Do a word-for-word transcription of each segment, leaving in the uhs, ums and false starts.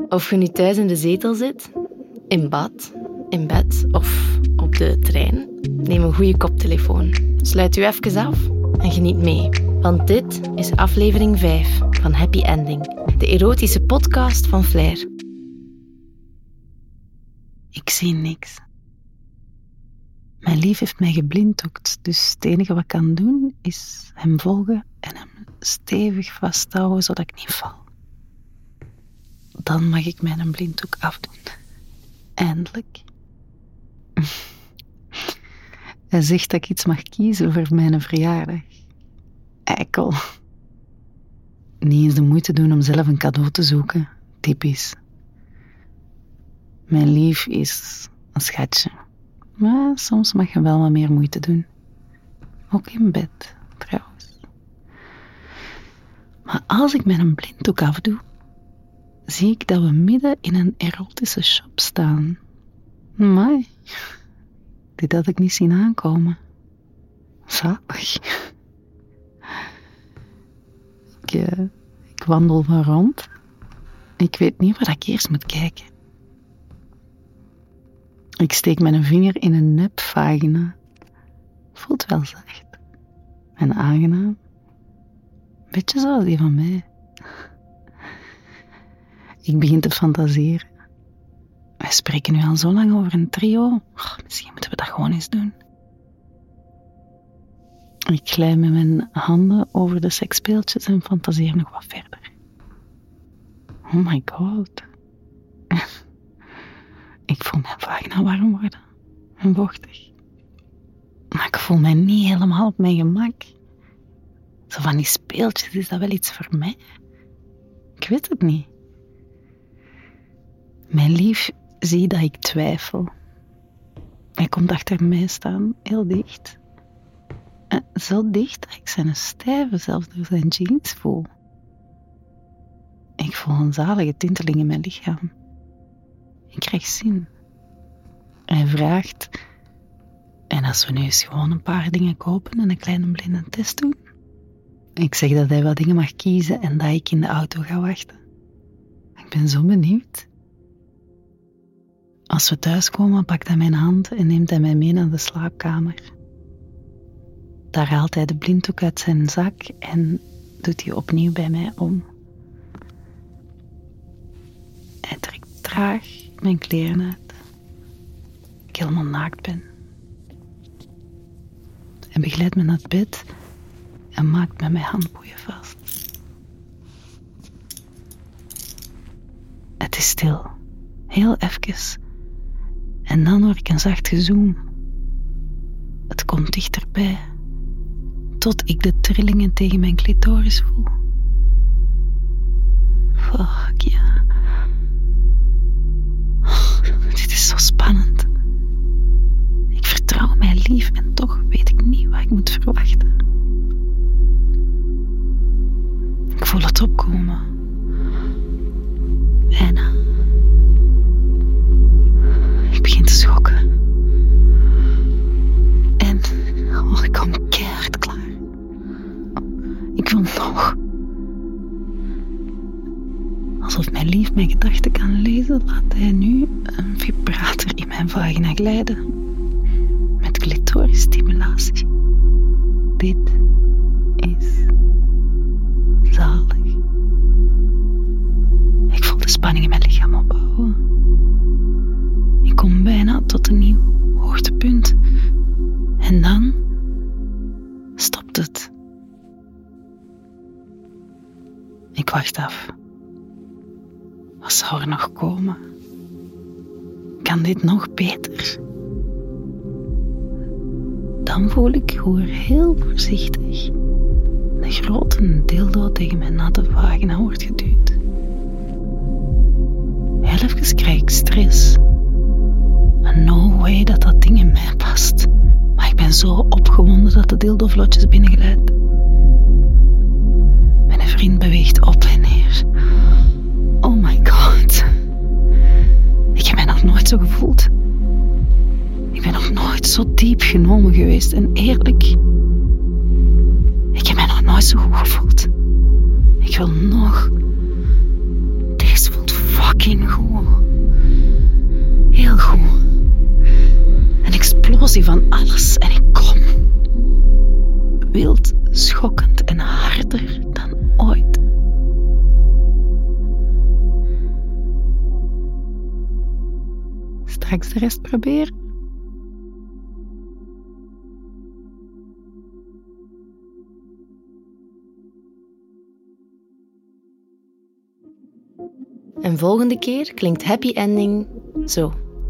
Of je nu thuis in de zetel zit, in bad, in bed of op de trein, neem een goede koptelefoon. Sluit u even af en geniet mee. Want dit is aflevering vijf van Happy Ending, de erotische podcast van Flair. Ik zie niks. Mijn lief heeft mij geblinddoekt, dus het enige wat ik kan doen is hem volgen en hem stevig vasthouden zodat ik niet val. Dan mag ik mijn blinddoek afdoen. Eindelijk. Hij zegt dat ik iets mag kiezen voor mijn verjaardag. Eikel. Niet eens de moeite doen om zelf een cadeau te zoeken. Typisch. Mijn lief is een schatje. Maar soms mag je wel wat meer moeite doen. Ook in bed, trouwens. Maar als ik mijn blinddoek afdoe, zie ik dat we midden in een erotische shop staan. Amai, dit had ik niet zien aankomen. Zalig. Ik, uh, ik wandel van rond. Ik weet niet waar ik eerst moet kijken. Ik steek mijn vinger in een nepvagina. Voelt wel zacht. En aangenaam. Beetje zoals die van mij. Ik begin te fantaseren. Wij spreken nu al zo lang over een trio. Oh, misschien moeten we dat gewoon eens doen. Ik glij met mijn handen over de seksspeeltjes en fantaseer nog wat verder. Oh my god. Ik voel mijn vagina warm worden. En vochtig. Maar ik voel mij niet helemaal op mijn gemak. Zo van die speeltjes, is dat wel iets voor mij? Ik weet het niet. Mijn lief ziet dat ik twijfel. Hij komt achter mij staan, heel dicht. En zo dicht dat ik zijn stijve zelfs door zijn jeans voel. Ik voel een zalige tinteling in mijn lichaam. Ik krijg zin. Hij vraagt: en als we nu eens gewoon een paar dingen kopen en een kleine blinde test doen? Ik zeg dat hij wat dingen mag kiezen en dat ik in de auto ga wachten. Ik ben zo benieuwd. Als we thuiskomen, pakt hij mijn hand en neemt hij mij mee naar de slaapkamer. Daar haalt hij de blinddoek uit zijn zak en doet hij opnieuw bij mij om. Hij trekt traag mijn kleren uit. Ik helemaal naakt ben. Hij begeleidt me naar het bed en maakt me mijn handboeien vast. Het is stil. Heel even. En dan hoor ik een zacht gezoem. Het komt dichterbij. Tot ik de trillingen tegen mijn clitoris voel. Fuck ja. Oh, dit is zo spannend. Ik vertrouw mijn lief en toch weet ik niet wat ik moet verwachten. Ik voel het opkomen. Bijna. Ik begin te schokken. En oh, ik kom keihard klaar. Ik wil nog. Alsof mijn lief mijn gedachten kan lezen, laat hij nu een vibrator in mijn vagina glijden. Met clitorisstimulatie. Dit is zalig. Ik voel de spanning in mijn lichaam opbouwen. Ik kom bijna tot een nieuw hoogtepunt. En dan stopt het. Ik wacht af. Wat zou er nog komen? Kan dit nog beter? Dan voel ik hoe er heel voorzichtig een grote dildo tegen mijn natte vagina wordt geduwd. Heel even krijg ik stress. No way dat dat ding in mij past. Maar ik ben zo opgewonden dat de dildo vlotjes binnenglijdt. Mijn vriend beweegt op en neer. Oh my god. Ik heb mij nog nooit zo gevoeld. Ik ben nog nooit zo diep genomen geweest. En eerlijk, ik heb mij nog nooit zo goed gevoeld. Ik wil nog. Deze voelt fucking fucking goed. Heel goed. Een explosie van alles en ik kom. Wild, schokkend en harder dan ooit. Straks de rest proberen. En volgende keer klinkt happy ending zo.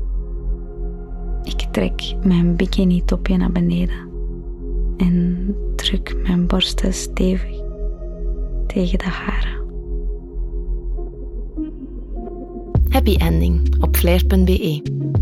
Ik trek mijn bikini-topje naar beneden en druk mijn borsten stevig tegen de haren. Happy ending op flair punt be.